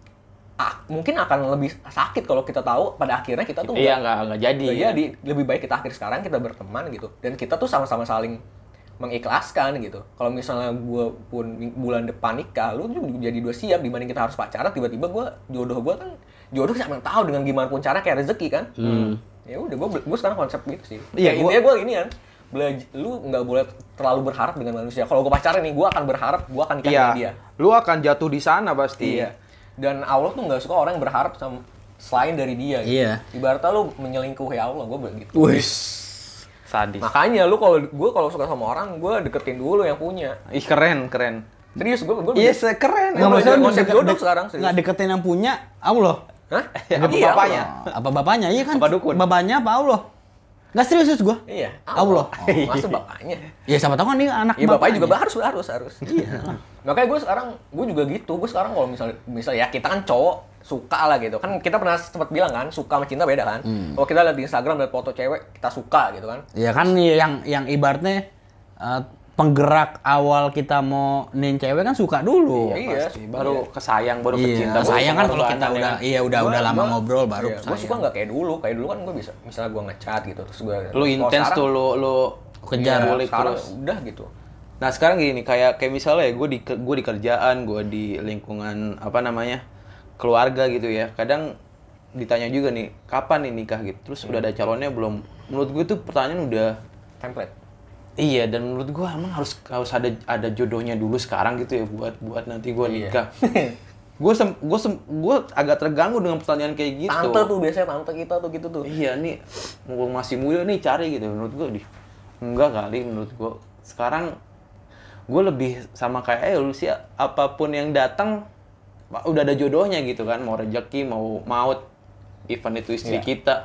ah, mungkin akan lebih sakit kalau kita tahu pada akhirnya kita tuh Iya nggak nggak jadi. nggak jadi. Lebih baik kita akhir sekarang kita berteman gitu. Dan kita tuh sama-sama saling mengikhlaskan gitu. Kalau misalnya gue pun bulan depan nikah, lu juga jadi dua siap dibanding kita harus pacaran. Tiba-tiba gue jodoh gue kan jodoh siapa yang tahu dengan gimana pun cara kayak rezeki kan. Hmm. Ya udah gue gue sekarang konsep gitu sih. Iya, Kayak gua- intinya gue ini kan. Belajar, lu nggak boleh terlalu berharap dengan manusia. Kalau gue pacaran nih, gue akan berharap gue akan nikah Iya. dengan dia. Lu akan jatuh di sana pasti. Iya. Dan Allah tuh nggak suka orang yang berharap sama selain dari dia. Gitu. Iya. Ibaratnya lu menyelingkuhi Allah, gue begitu. Wis. Sadis. Makanya lu kalau gue kalau suka sama orang, gue deketin dulu yang punya. Ih keren keren. Serius, gue gue Iya se- keren. Nggak, emang. maksudnya lu konsep deket- jodoh dek- sekarang, serius. nggak deketin yang punya Allah. Hah? Apa Iya, bapaknya? Allah. Apa bapaknya? Iya kan. Apa dukun? Bapaknya apa Allah? Nggak serius serius gua. Iya. Allah. Oh, masa bapaknya? Ya sama tahu kan ini anak Iya bapaknya juga bapaknya. harus harus harus. Iya. Makanya gue sekarang gue juga gitu. Gue sekarang kalau misalnya misal ya kita kan cowok suka lah gitu kan, kita pernah sempat bilang kan suka sama cinta beda kan. Kalau kita lihat di Instagram lihat foto cewek kita suka gitu kan. Iya kan yang yang ibaratnya eh, penggerak awal kita mau nin cewek kan suka dulu. Iya, Pasti. Baru kesayang, baru Iya, kecinta. baru sayang kan kalau kita pengorbanan, udah ya kan? iya udah Gua- udah lama gua- ngobrol baru iya, gue sayang. suka nggak kayak dulu. Kayak dulu kan gue bisa misalnya gue ngechat gitu terus gue Lu intens tuh lu lu Kejar. ngulik sekarang terus. udah gitu. Nah sekarang gini kayak kayak misalnya gue di gue di kerjaan, gue di lingkungan apa namanya keluarga gitu ya. Kadang ditanya juga nih kapan nih nikah gitu. Terus udah ada calonnya belum? Menurut gue tuh pertanyaan udah Template. iya dan menurut gue emang harus harus ada ada jodohnya dulu sekarang gitu ya buat buat nanti gue Iya. nikah. gue sem gue sem gue agak terganggu dengan pertanyaan kayak gitu. Tante tuh biasanya tante kita tuh gitu tuh. Iya nih, mau masih muda nih cari gitu menurut gue di enggak kali menurut gue sekarang gue lebih sama kayak eh lu sih apapun yang datang udah ada jodohnya gitu kan mau rezeki mau maut event itu istri Iya. kita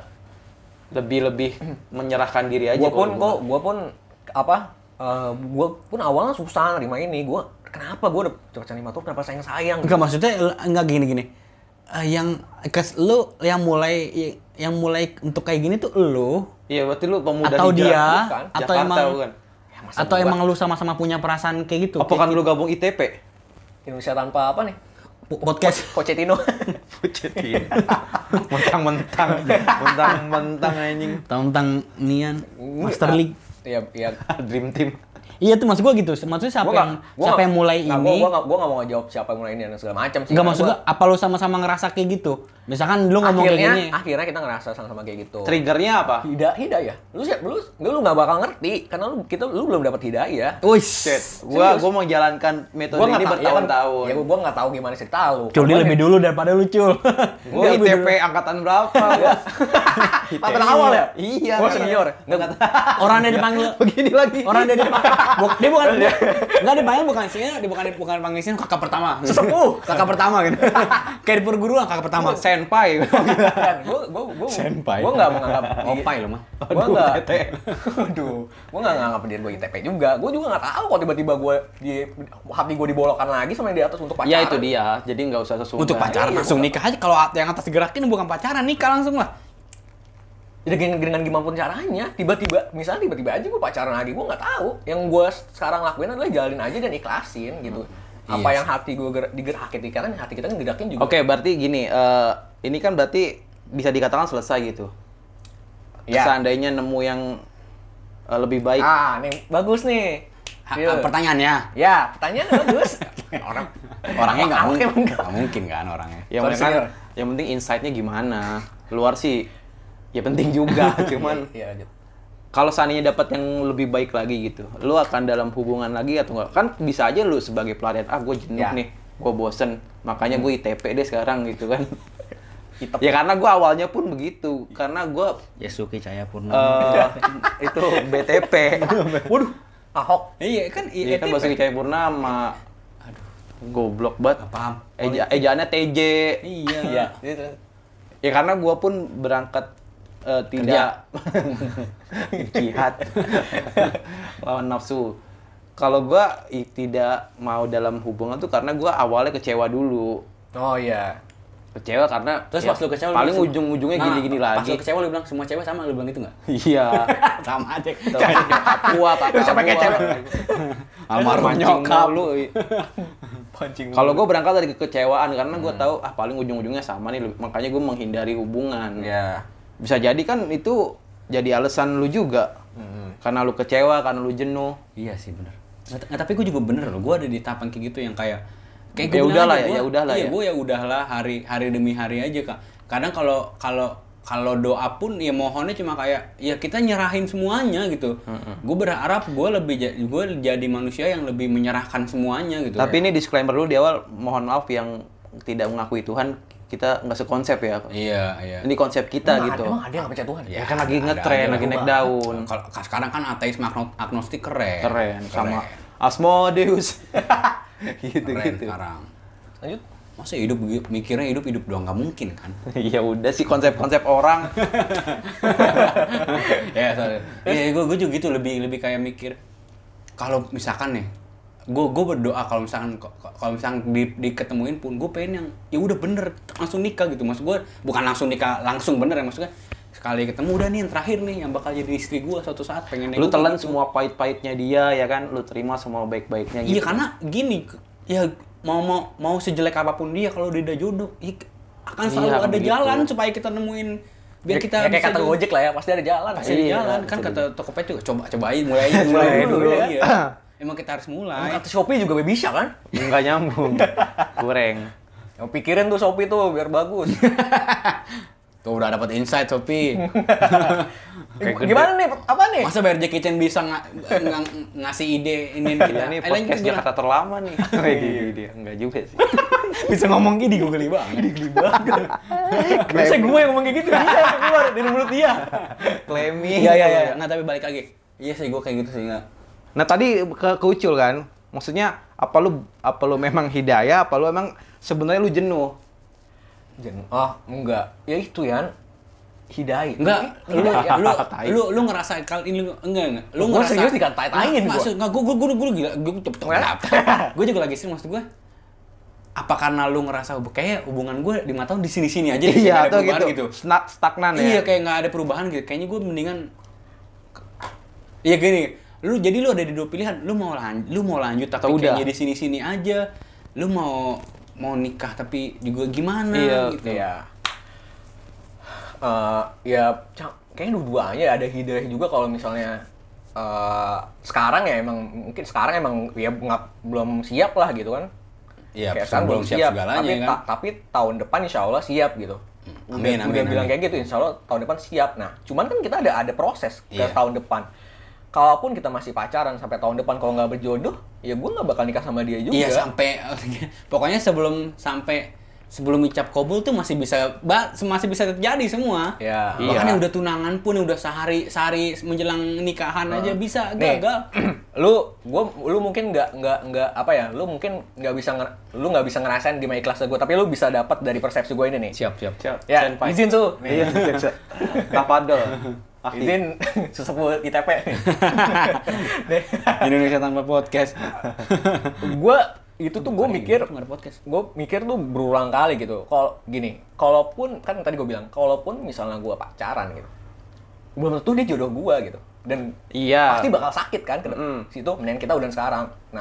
lebih lebih menyerahkan diri aja. Gue pun kalau kok gue pun apa? eh, gue pun awalnya susah nerima ini. Gue kenapa gue udah pacaran lima tahun kenapa sayang sayang? Enggak maksudnya enggak gini-gini. Eh, yang kes lu yang mulai yang mulai untuk kayak gini tuh lu Iya berarti lu pemuda atau hijrah, dia bukan? atau Jakarta, emang bukan? Ya, masa atau gua- emang lu sama-sama punya perasaan kayak gitu? Apa kan lu gabung I T P? Indonesia tanpa apa nih? Po- podcast? Pochettino. Pucetin. Mentang-mentang, mentang-mentang anjing. Tentang nian Master League. Iya, iya. Dream Team. Iya tuh maksud gua gitu. Maksudnya siapa Gua yang nggak- gua siapa nggak- yang mulai nggak, ini? Gua, gua, nggak- gua nggak mau ngejawab siapa yang mulai ini dan segala macam sih. Enggak karena maksud gua apa lu sama-sama ngerasa kayak gitu? Misalkan lu ngomong kayak akhirnya, gini. akhirnya kita ngerasa sama-sama kayak gitu. Triggernya apa? Hida, hidayah. Lu siap, lu, lu nggak bakal ngerti karena lu kita lu belum dapat hidayah. Wih. Gua Serius? gua mau jalankan metode ini nggak tahu- ya kan, bertahun-tahun. Ya, gua nggak tahu gimana cerita lu. Cul dia Kalau lebih gua- dulu daripada lu Cul. Gua I T P angkatan berapa? Gua? Angkatan awal ya? Iya. Oh, senior. Enggak Orang dia dipanggil begini lagi. orang dia dipanggil bu- dia bukan enggak dipanggil bukan sini, dia bukan bukan dipanggil sini kakak pertama. Sesepuh. Kakak pertama gitu. Kayak di perguruan kakak pertama. Senpai. Kan, gua gua gua Senpai. gua nggak menganggap Opai lo mah. Gua nggak. Aduh, bete. Aduh, gua nggak nganggap dia gua I T P juga. Gua juga nggak tahu kok tiba-tiba gua di hati gua dibolokkan lagi sama yang di atas untuk pacaran. Ya itu dia. Jadi nggak usah sesungguh. Untuk pacaran Iya, langsung bukan. nikah aja. Kalau yang atas digerakin bukan pacaran, nikah langsung lah. Ya, dengan, dengan gimana pun caranya, tiba-tiba, misalnya tiba-tiba aja gue pacaran lagi, gue nggak tahu. Yang gue sekarang lakuin adalah jalanin aja dan ikhlasin gitu. apa Iya yang hati gue ger- digerakin, kan hati kita kan digerakin juga. Oke, berarti gini, eh, ini kan berarti bisa dikatakan selesai gitu. Ya. Seandainya nemu yang eh, lebih baik. Ah, nih bagus nih. Ha- Iya. pertanyaannya Ya, pertanyaan bagus. orang orangnya nggak Oke, mungkin enggak. nggak mungkin kan orangnya. Yang Sorry, penting kan, senior. yang penting insight-nya gimana. Luar sih ya penting juga, cuman Iya, lanjut. kalau seandainya dapat yang lebih baik lagi gitu, lu akan dalam hubungan lagi atau enggak? Kan bisa aja lu sebagai pelarian, ah gue jenuh Ya. nih, gue bosen, makanya gue I T P deh sekarang gitu kan. Hitep. Ya karena gue awalnya pun begitu, karena gue Yasuki Cahayapurnama. eh itu B T P. Waduh, Ahok. Iya kan Iya kan Basuki Cahayapurnama. Aduh, goblok banget. Nggak paham. Eja, ejaannya T J. Iya. Iya. Gitu. Ya karena gue pun berangkat eh, tidak jihad lawan nafsu. Kalau gue tidak mau dalam hubungan tuh karena gue awalnya kecewa dulu. Oh iya. Kecewa karena Terus ya, pas lu kecewa lu paling bilang, ujung-ujungnya Nah, gini-gini Pas lagi. lu kecewa lu bilang semua cewek sama, lu bilang gitu nggak? Iya. Sama aja. Terus nyokap gua, kakak Siapa yang gua. kecewa? Almarhum Mancing nyokap. mulu. Pancing. Kalau gue berangkat dari kekecewaan karena gue tahu ah paling ujung-ujungnya sama nih, makanya gue menghindari hubungan. ya. Bisa jadi kan itu jadi alasan lu juga. Karena lu kecewa, karena lu jenuh. Iya sih bener. Nggak, nggak, tapi gue juga bener loh. Gue ada di tahap yang kayak gitu yang kayak kayak Ya gua bilang udahlah aja, ya, gua- ya udahlah iya, ya. gue ya udahlah hari hari demi hari aja kak. Kadang kalau kalau kalau doa pun ya mohonnya cuma kayak ya kita nyerahin semuanya gitu. Gue berharap gue lebih gue jadi manusia yang lebih menyerahkan semuanya gitu. Tapi ini disclaimer dulu di awal, mohon maaf yang tidak mengakui Tuhan, kita nggak sekonsep ya. Iya iya. Ini konsep kita Emang gitu. Ada, emang ada yang nggak percaya Tuhan? Ya kan lagi ada- ngetren, ada lagi lah. naik daun. Kalau sekarang kan ateis agno- agnostik keren. Keren sama Keren. Asmodeus. gitu Keren gitu. sekarang. Lanjut. Masa hidup begi- mikirnya hidup hidup doang nggak mungkin kan? Ya udah sih konsep-konsep orang. ya sorry. Iya gue gue juga gitu lebih lebih kayak mikir kalau misalkan nih gue gue berdoa kalau misalkan kalau misalkan di, diketemuin pun gue pengen yang ya udah bener langsung nikah gitu. Maksud gue bukan langsung nikah langsung bener ya, maksudnya sekali ketemu udah nih yang terakhir nih yang bakal jadi istri gue suatu saat pengen Lu nego telan gitu. semua pahit-pahitnya dia ya kan, lu terima semua baik-baiknya gitu. Iya karena gini ya mau mau mau sejelek apapun dia kalau dia udah jodoh ya, akan Iya, selalu ada begitu. jalan supaya kita nemuin biar Ya, kita ya, kayak bisa kata jodoh. Gojek lah ya, pasti ada jalan. Pasti ada Iya, jalan kan bisa kata Tokopedia juga coba cobain mulai aja mulai Mulai dulu, dulu, ya. iya. Emang kita harus mulai. Kata Shopee juga bisa kan? Nggak nyambung. Kurang. Yang pikirin tuh Shopee tuh biar bagus. Tuh udah dapat insight Shopee. Kayak Gimana nih? Apa nih? Masa biar Jackie Chan bisa nga, nga- ngasih ide ini kita. Kita ini Eh, lain podcast kita Jakarta terlama nih. Iya, iya, enggak juga sih. bisa ngomong gini gue geli banget. Geli banget. Biasa gue yang ngomong kayak gitu, bisa keluar dari mulut dia. Claiming. Iya iya iya. Nggak tapi balik lagi. Iya sih gue kayak gitu sih nggak. Nah, tadi ke keucul kan. Maksudnya apa lu apa lu memang hidayah, apa lu emang sebenarnya lu jenuh? Jangan. Oh, enggak. Ya itu ya. Hidayah. Enggak, lu, Hidayah. lu, Tai. lu, lu ngerasa kali ini lu, enggak enggak. Lu Gua ngerasa serius dikatain-katain gua. Maksud enggak gua gua gua gua gila, gua cepet Gua juga lagi serius maksud gua. Apa karena lu ngerasa kayak hubungan gue di mata lu di sini-sini aja deh, Iya, nggak ada atau perubahan gitu. Sna- stagnan ya. Iya, kayak nggak ada perubahan gitu. Kayaknya gue mendingan Iya gini, lu jadi lu ada di dua pilihan, lu mau lanjut, lu mau lanjut tapi Atau udah. kayaknya di sini-sini aja. Lu mau mau nikah tapi juga gimana Iya, gitu. Iya. Eh, ya ca- kayaknya dua-duanya ada hidayah juga kalau misalnya eh, sekarang ya emang mungkin sekarang emang ya nggak belum siap lah gitu kan. Iya, Kayak sekarang belum siap segalanya tapi, kan. ta- tapi tahun depan insya Allah siap gitu. Udah, Amin, amin, udah bilang amin. kayak gitu, insya Allah tahun depan siap. Nah, cuman kan kita ada ada proses ke Iya. tahun depan. Kalaupun kita masih pacaran sampai tahun depan kalau nggak berjodoh, ya gue nggak bakal nikah sama dia juga. Iya sampai pokoknya sebelum sampai sebelum ucap kabul tuh masih bisa ba, masih bisa terjadi semua. Ya. Bahkan Iya. yang udah tunangan pun yang udah sehari sehari menjelang nikahan aja bisa Nih, gagal. lu gua lu mungkin nggak nggak nggak apa ya, lu mungkin nggak bisa nger- lu nggak bisa ngerasain di ikhlasnya gue, tapi lu bisa dapat dari persepsi gue ini nih. Siap siap. Siap. Ya, Standby. izin tuh. Nih. Iya, siap. Tapadol. Aktif. Izin sesepuh I T P. Nih. Indonesia tanpa podcast. Gua itu tuh gue mikir, nggak ada podcast. gue mikir tuh berulang kali gitu. Kalau gini, kalaupun kan tadi gue bilang, kalaupun misalnya gue pacaran gitu, belum tentu dia jodoh gue gitu. Dan Iya. pasti bakal sakit kan ke Mm. situ. Mendingan kita udah sekarang. Nah,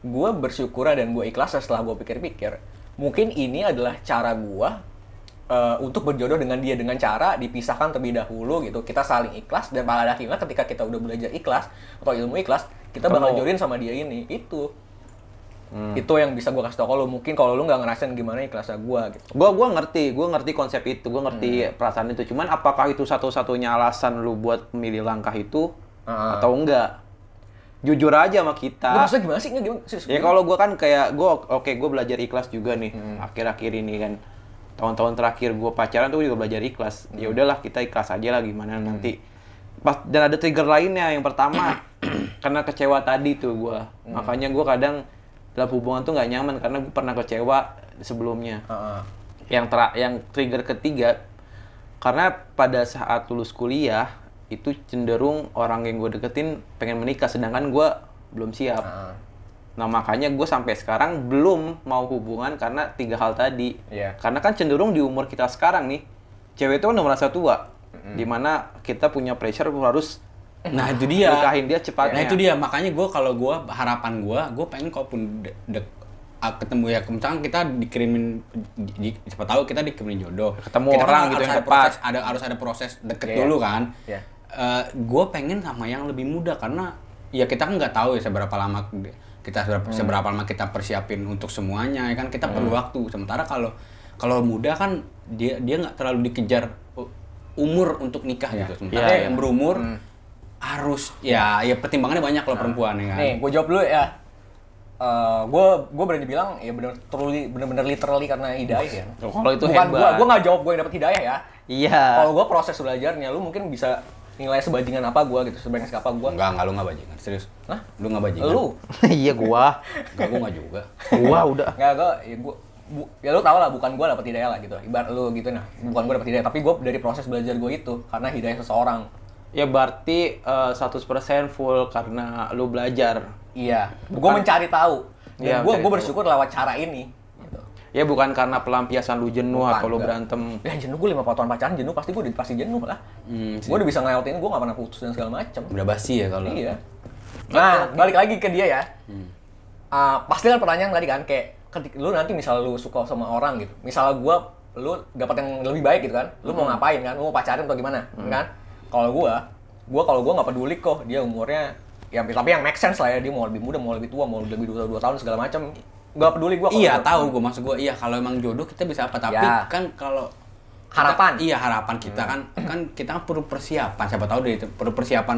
gue bersyukur dan gue ikhlas setelah gue pikir-pikir. Mungkin ini adalah cara gue uh, untuk berjodoh dengan dia dengan cara dipisahkan terlebih dahulu gitu. Kita saling ikhlas dan pada akhirnya ketika kita udah belajar ikhlas atau ilmu ikhlas, kita bakal jodohin sama dia ini. Itu. Hmm. Itu yang bisa gue kasih tau kalau mungkin kalau lu nggak ngerasain gimana ikhlasnya gue gitu. Gue gua ngerti, gue ngerti konsep itu, gue ngerti hmm. perasaan itu. Cuman apakah itu satu-satunya alasan lu buat memilih langkah itu uh. atau enggak? Jujur aja sama kita. Lu maksudnya gimana sih? Nggak gimana sih? Ya kalau gue kan kayak gue oke okay, gue belajar ikhlas juga nih hmm. akhir-akhir ini kan. Tahun-tahun terakhir gue pacaran tuh juga belajar ikhlas. Hmm. Ya udahlah kita ikhlas aja lah gimana hmm. nanti. Pas dan ada trigger lainnya. Yang pertama karena kecewa tadi tuh gue. Hmm. Makanya gue kadang dalam hubungan tuh nggak nyaman karena gue pernah kecewa sebelumnya. Uh-uh. Yang ter- yang trigger ketiga karena pada saat lulus kuliah itu cenderung orang yang gue deketin pengen menikah sedangkan gue belum siap. Uh-uh. Nah makanya gue sampai sekarang belum mau hubungan karena tiga hal tadi. Yeah. Karena kan cenderung di umur kita sekarang nih cewek itu kan udah merasa tua, mm-hmm. dimana kita punya pressure harus Nah itu dia. Nikahin dia cepatnya. Nah itu dia, makanya gue kalau gue harapan gue, gue pengen kalaupun de- de- ketemu ya, misalkan kita dikirimin, di, di, siapa tahu kita dikirimin jodoh. Ketemu kita orang kan gitu harus yang ada tepat. proses, ada harus ada proses deket yeah. dulu kan. Yeah. Uh, gue pengen sama yang lebih muda karena ya kita kan nggak tahu ya seberapa lama kita seberapa, hmm. seberapa lama kita persiapin untuk semuanya ya kan, kita hmm. perlu waktu. Sementara kalau kalau muda kan dia dia nggak terlalu dikejar umur untuk nikah yeah. gitu. Sementara yeah, yang yeah. berumur hmm. harus ya ya pertimbangannya banyak kalau nah, perempuan ya kan. Nih, gue jawab dulu ya. Uh, gue gue berani bilang ya benar truly benar-benar literally karena hidayah ya. Kalau itu bukan gue gue nggak jawab gue yang dapat hidayah ya. Iya. Kalau gue proses belajarnya, lu mungkin bisa nilai sebajingan apa gue gitu, sebanyak apa gue. Enggak enggak lu nggak bajingan serius. Hah? Lu nggak bajingan? Lu? Iya gua. Enggak gua nggak juga. Gua udah. Enggak gue ya gue bu, ya lu tau lah bukan gue dapat hidayah lah gitu. Ibarat lu gitu nah, bukan gue dapat hidayah, tapi gue dari proses belajar gue itu karena hidayah seseorang. Ya berarti uh, seratus persen full karena lu belajar. Iya, gue mencari tahu. Dan ya, gue gue bersyukur lewat cara ini. Gitu. Ya bukan karena pelampiasan lu jenuh bukan, atau lu berantem. Ya jenuh gue lima tahun pacaran jenuh pasti gue pasti jenuh lah. Hmm, gue udah bisa ngelewatin, gue gak pernah putus dan segala macem. Udah basi ya kalau. Iya. Nah balik lagi ke dia ya. Hmm. Uh, pasti kan pertanyaan tadi kan kayak ketika lu nanti misal lu suka sama orang gitu. Misal gue lu dapat yang lebih baik gitu kan. Lu hmm. mau ngapain kan? Lu mau pacaran atau gimana? Hmm. Kan? Kalau gue, gue kalau gue nggak peduli kok dia umurnya, ya tapi yang make sense lah ya, dia mau lebih muda, mau lebih tua, mau lebih dua, dua tahun segala macam, nggak peduli gue. Iya tahu gue maksud gue, iya kalau emang jodoh kita bisa apa, tapi ya. Kan kalau harapan, kita, iya harapan kita hmm. kan, kan kita kan perlu persiapan, siapa tahu deh itu perlu persiapan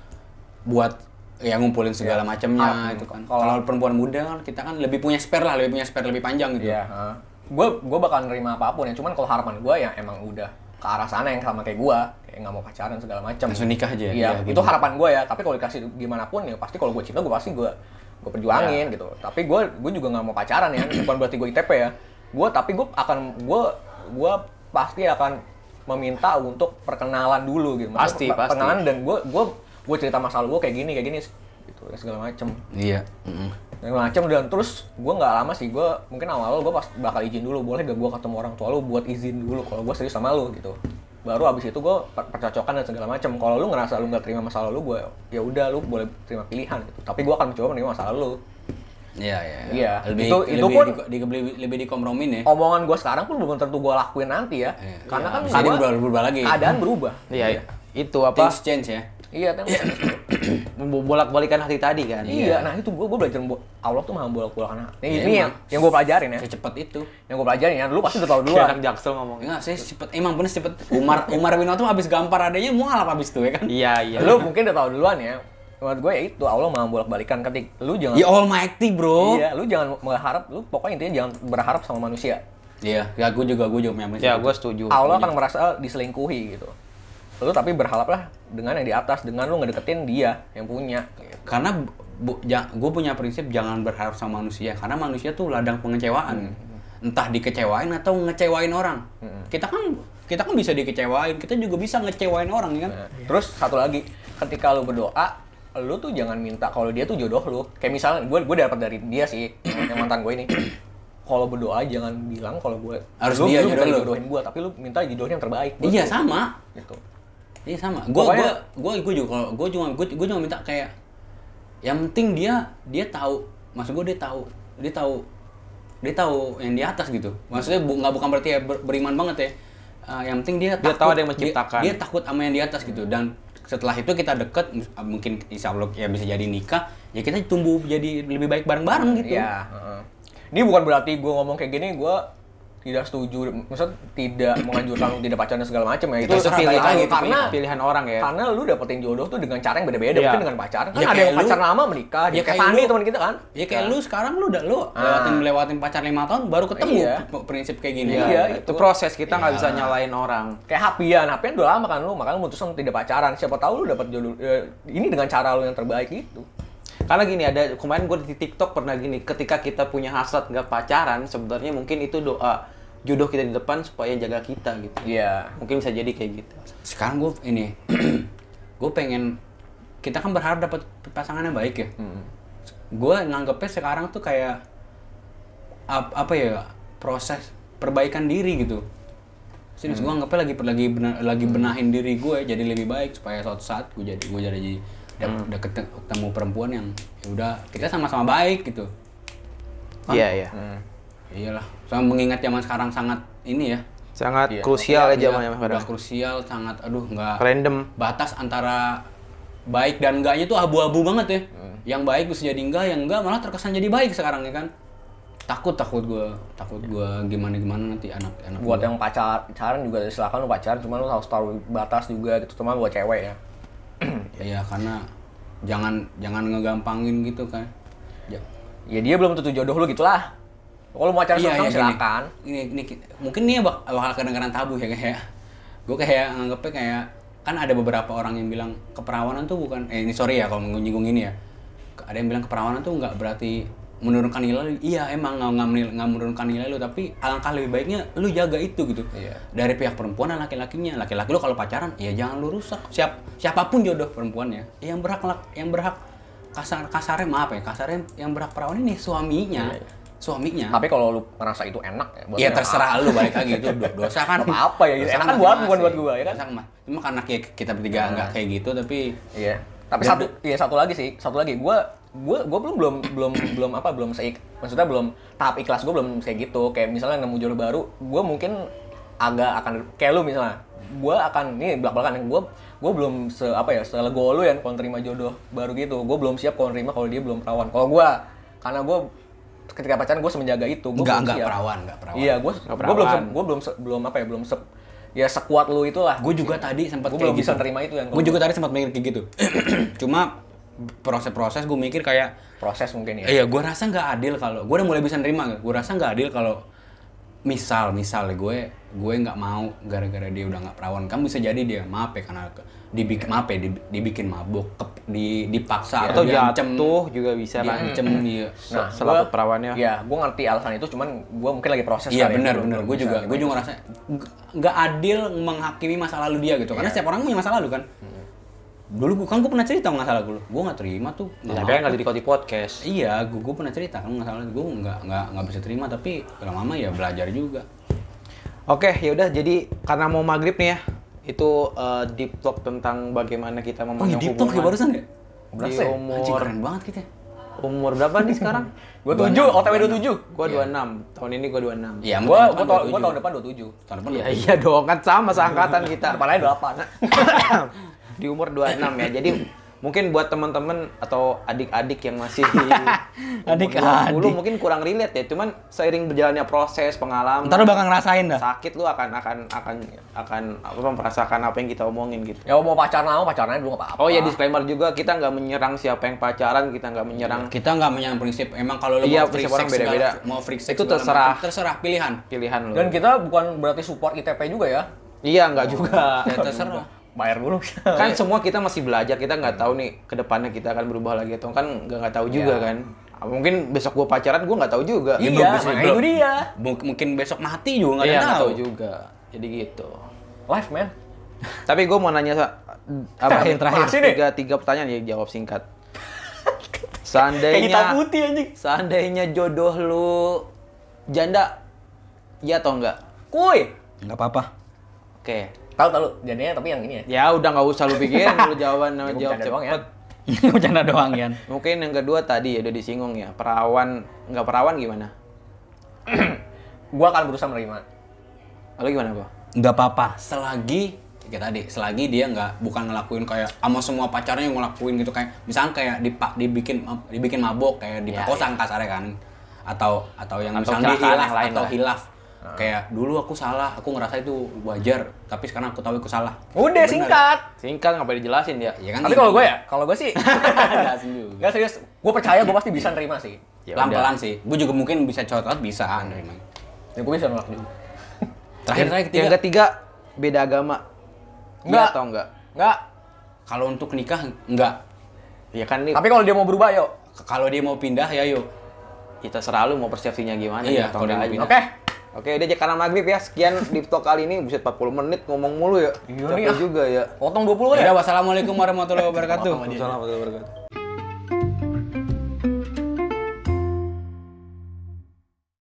buat ya ngumpulin segala ya. Macamnya itu kan. Kalau perempuan muda kan kita kan lebih punya spare lah, lebih punya spare lebih panjang gitu. Iya. Gue gue bakal nerima apapun ya, cuman kalau harapan gue ya emang udah ke arah sana yang sama kayak gue, kayak nggak mau pacaran segala macam. Langsung nikah aja. Iya, ya, itu gitu. Harapan gue ya. Tapi kalau dikasih gimana pun ya pasti kalau gue cinta gue pasti gue gue perjuangin ya. Gitu. Tapi gue gue juga nggak mau pacaran ya. Bukan berarti gue I T P ya. Gue tapi gue akan gue gue pasti akan meminta untuk perkenalan dulu gitu. Maksudnya, pasti pasti. Perkenalan dan gue gue gue cerita masalah gue kayak gini kayak gini gitu segala macam. Iya. Mm-hmm. Segala macam dan terus gue nggak lama sih, gue mungkin awal gue pas bakal izin dulu, boleh gak gue ketemu orang tua lu buat izin dulu kalau gue serius sama lu gitu. Baru abis itu gue percocokan dan segala macam. Kalau lu ngerasa lu nggak terima masalah lu, gue ya udah lu boleh terima pilihan gitu. Tapi gue akan mencoba menerima masalah lu. Iya iya. Iya. Lebih itu lebih itu pun di, di, lebih, lebih dikompromin ya. Omongan gue sekarang pun belum tentu gue lakuin nanti ya. Iya. Karena iya. kan Bisa gua, berubah, berubah lagi. Keadaan berubah. Iya. Iya. Itu apa? Things change ya. Iya, kan. Membolak-balikan hati tadi kan. Iya, nah itu gue gue belajar Allah tuh maha bolak-balikan hati. Ini, ya, ini yang yang gue pelajarin ya. Secepat itu. Yang gue pelajarin ya. Lu pasti udah tahu duluan. Anak Jaksel ngomong. Enggak, saya cepet. Emang bener cepet. Umar Umar bin Khattab habis gampar adanya mualaf habis itu ya kan. Iya, iya. Lu mungkin udah tahu duluan ya. Menurut gue ya itu Allah maha bolak-balikan ketik. Lu jangan Ya Almighty, Bro. Iya, lu jangan berharap, lu pokoknya intinya jangan berharap sama manusia. Iya, ya gue juga gue juga punya Ya, gue setuju. Allah akan merasa diselingkuhi gitu. Lu tapi berharaplah dengan yang di atas, dengan lu ngedeketin dia yang punya. Gitu. Karena bu, ja, gue punya prinsip jangan berharap sama manusia, karena manusia tuh ladang pengecewaan. Hmm. Entah dikecewain atau ngecewain orang. Hmm. Kita kan kita kan bisa dikecewain, kita juga bisa ngecewain orang kan. Nah, terus satu lagi, ketika lu berdoa, lu tuh jangan minta kalau dia tuh jodoh lu. Kayak misalnya gue gue dapat dari dia sih, yang mantan gue ini. Kalau berdoa jangan bilang kalau gue harus lu, dia lu minta jodoh jodohin gue, tapi lu minta jodohin yang terbaik. Iya tuh. Sama. Gitu. Iya sama. Gue gue gue gue juga kalau gue cuma gue gue cuma minta kayak yang penting dia dia tahu maksud gue dia tahu dia tahu dia tahu yang di atas gitu. Maksudnya bu, nggak bukan berarti ya ber, beriman banget ya. Uh, yang penting dia, Dia takut, tahu ada yang menciptakan. Dia, dia takut sama yang di atas gitu. Dan setelah itu kita deket, mungkin insya Allah ya bisa jadi nikah. Ya kita tumbuh jadi lebih baik bareng-bareng gitu. Iya. Uh-uh. Ini bukan berarti gue ngomong kayak gini, gue tidak setuju, maksudnya tidak menganjurkan lu tidak pacaran dan segala macam ya. Itu Itu pilihan, terserah, itu karena pilihan orang ya. karena lu dapetin jodoh tuh dengan cara yang beda-beda, Iya. mungkin dengan pacaran. Kan Ya ada kayak yang lu- pacaran lama menikah, Ya ya kayak kayak Fandi lu- teman kita kan. Ya kayak lu sekarang lu udah lu Ah. lewatin lewatin pacar lima tahun baru ketemu Iya. prinsip kayak gini. Iya, Iya, itu itu. proses, kita nggak Iya. bisa nyalain orang. Kayak Hapian, Hapian udah lama kan lu, makanya lu memutuskan tidak pacaran. Siapa tahu lu dapat jodoh ya, ini dengan cara lu yang terbaik gitu. Karena gini, ada kemarin gue di TikTok pernah gini, ketika kita punya hasrat nggak pacaran, sebenarnya mungkin itu doa jodoh kita di depan supaya jaga kita gitu. Iya. Mungkin bisa jadi kayak gitu. Sekarang gue ini gue pengen kita kan berharap dapat pasangan yang baik ya. Hmm. Gue nganggepnya sekarang tuh kayak ap- apa ya proses perbaikan diri gitu. Serius gue nganggepnya lagi lagi bena, lagi benahin diri gue jadi lebih baik supaya suatu saat gue jadi gue jadi dap- udah ket- ketemu perempuan yang ya udah kita sama-sama baik gitu. Iya, iya. Hmm. Iyalah, soalnya mengingat zaman sekarang sangat ini ya. Sangat Iya. krusial ya Iya, zamannya udah sekarang. krusial, sangat aduh nggak Random. batas antara baik dan enggaknya tuh abu-abu banget ya. Hmm. Yang baik bisa jadi enggak, yang enggak malah terkesan jadi baik sekarang ya kan. Takut takut gue, takut gue gimana gimana nanti anak anak Buat gua. yang pacar- pacaran juga silakan lu pacaran, cuma lu harus tahu batas juga gitu, cuma buat cewek ya. Iya karena jangan jangan ngegampangin gitu kan. Ja- Ya dia belum tentu jodoh lu gitulah. Kalau mau pacaran Iya, sama iya, silakan. Ini, ini, ini mungkin ini bak bakal kedengeran tabu ya kayak. Gue kayak nganggepnya kayak kan ada beberapa orang yang bilang keperawanan tuh bukan eh ini sorry ya kalau menyinggung ini ya. Ada yang bilang keperawanan tuh nggak berarti menurunkan nilai lu. Iya emang nggak nggak menil- nggak menurunkan nilai lu tapi alangkah lebih baiknya lu jaga itu gitu. Iya. Dari pihak perempuan dan laki-lakinya. Laki-laki lu kalau pacaran ya jangan lu rusak. Siap siapapun jodoh perempuannya yang berhak lak- yang berhak kasar kasarnya maaf ya kasarnya yang berhak perawan ini suaminya. Iya, iya. Suaminya. Tapi kalau lu ngerasa itu enak ya, buat Iya lu terserah lu balik lagi itu do- dosa kan. Apa ya, Dosa enak kan masing-masing. buat- bukan buat gua, ya kan? Dosa mas- Cuma karena kayak kita bertiga enggak kayak gitu tapi Iya. Tapi Dan- satu, ya satu lagi sih, satu lagi. Gua, gua, gua belum, belum, belum, belum apa, belum seik, maksudnya belum tahap ikhlas gua belum kayak gitu. Kayak misalnya nemu jodoh baru, gua mungkin agak akan kayak lu misalnya. Gua akan ini belak-belakan yang gua, gua belum se apa ya, selego lu ya kalau terima jodoh baru gitu. Gua belum siap kalau nerima kalau dia belum perawan. Kalau gua, karena gua ketika pacaran gua semenjaga itu, gua enggak belum enggak siap. perawan, enggak perawan. Iya, gua, Nggak gua belum, se- perawan. gua belum, se- belum apa ya, belum se, ya sekuat lu itulah. Gue juga tadi sempat Gua kayak belum gitu. bisa terima itu yang Gue juga tadi sempat mikir kayak gitu. Cuma proses-proses gue mikir kayak proses mungkin ya. iya gue rasa nggak adil kalau gue udah mulai bisa nerima gue rasa nggak adil kalau misal misal gue gue nggak mau gara-gara dia udah nggak perawan kan bisa jadi dia maaf ya karena ke- dibikin maaf ya di- dibikin mabuk ke- di dipaksa Atau diancem jatuh juga bisa kan. diancem iya Nah, Selaku gua- perawannya. Iya, gue ngerti alasan itu, cuman gue mungkin lagi proses. iya kali ya, benar belum- benar belum gue bisa juga gimana gue juga itu. ngerasa nggak- nggak adil menghakimi masa lalu dia gitu karena Iya. setiap orang punya masa lalu kan dulu gua kan gue pernah cerita masalah gue gue nggak terima tuh nggak Tapi mau. kan nggak di podcast. Iya, gue, gue pernah cerita kan masalah gue nggak nggak nggak bisa terima tapi lama-lama ya belajar juga. Oke, ya udah jadi karena mau maghrib nih ya, itu eh, deep talk tentang bagaimana kita Oh, memandang deep talk ya hubungan. barusan ya? Di Berasa ya? Anjing umur keren banget kita. umur berapa nih sekarang? Gue tujuh, O T W dua puluh tujuh. Gua dua puluh enam. Tahun ini gua dua puluh enam. Iya, Gue tahun gue depan tahun dua puluh tujuh. tahun depan dua puluh tujuh. Tahun depan Iya dua puluh tujuh. iya dong, kan sama seangkatan kita. Depannya delapan. Di umur dua puluh enam ya. Jadi mungkin buat teman-teman atau adik-adik yang masih Adik-adik. dua puluh mungkin kurang relate ya. Cuman seiring berjalannya proses, pengalaman, Ntar lu bakal ngerasain dah. sakit lu akan akan akan akan apa merasakan apa yang kita omongin gitu. Ya mau pacaran mau pacaran aja dulu nggak apa-apa. Oh ya disclaimer juga, kita nggak menyerang siapa yang pacaran, kita nggak menyerang Kita nggak menyang prinsip emang kalau lo Iya, mau free prinsip orang sex segala- beda-beda. mau free sex Itu segala terserah. macam, terserah pilihan. pilihan lu. Dan kita bukan berarti support I T P juga ya. Iya nggak juga. Ya, terserah. Bayar dulu. Kan semua kita masih belajar, kita nggak tahu nih kedepannya kita akan berubah lagi atau kan nggak nggak tahu juga Iya. kan. Mungkin besok gua pacaran gua nggak tahu juga. Iya, belum bisa- makanya belum. itu dia. Mungkin, mungkin besok mati juga nggak Iya ada nggak tahu. tahu juga. Jadi gitu. Live man. Tapi gue mau nanya sa- apa Terakhir, terakhir. Masih nih. tiga tiga pertanyaan ya, jawab singkat. Kayak hitam Seandainya putih anjing. seandainya jodoh lu janda, ya atau enggak? Kuy. Nggak apa-apa. Oke. Tahu tahu jadinya tapi yang ini ya. Ya udah nggak usah lu pikirin, lu jawaban Gua jawab bercanda doang ya. cepet. Bercanda doang, Yan. Mungkin yang kedua tadi ya udah disinggung ya, perawan nggak perawan gimana? Gue akan berusaha menerima. Lalu gimana, Bro? Nggak apa-apa. Selagi kayak tadi, selagi dia nggak bukan ngelakuin kayak sama semua pacarnya yang ngelakuin gitu kayak misalnya kayak dipak dibikin dibikin mabok kayak diperkosa kasarnya kan, atau atau yang Atau misalnya kecelakaan dihilaf yang lain atau lah. hilaf. Kayak dulu aku salah, aku ngerasa itu wajar, tapi sekarang aku tahu aku salah. Udah Bener. singkat. Singkat ngapain dijelasin dia? Ya kan Tapi gitu. kalau gue ya, kalau gue sih Jelasin juga. nggak serius. Gue percaya gue pasti bisa nerima sih. Ya Pelan-pelan sih. Gue juga mungkin bisa cocok bisa nerima. Ya gue bisa nolak juga. Terakhir terakhir ketiga. Yang ketiga beda agama. Iya Enggak. atau enggak? Nggak. Kalau untuk nikah enggak. Ya kan nih Tapi kalau dia mau berubah, yuk. Kalau dia mau pindah ya yuk. kita selalu mau persepsinya gimana Iya, atau kalau enggak dia aja. Oke. Oke, udah karena maghrib ya. Sekian Deep Talk kali ini. Buset empat puluh menit ngomong mulu ya. Iya Capek nih, ah. juga ya. Potong dua puluh Ya, ya. wassalamualaikum warahmatullahi wabarakatuh. Waalaikumsalam warahmatullahi wabarakatuh.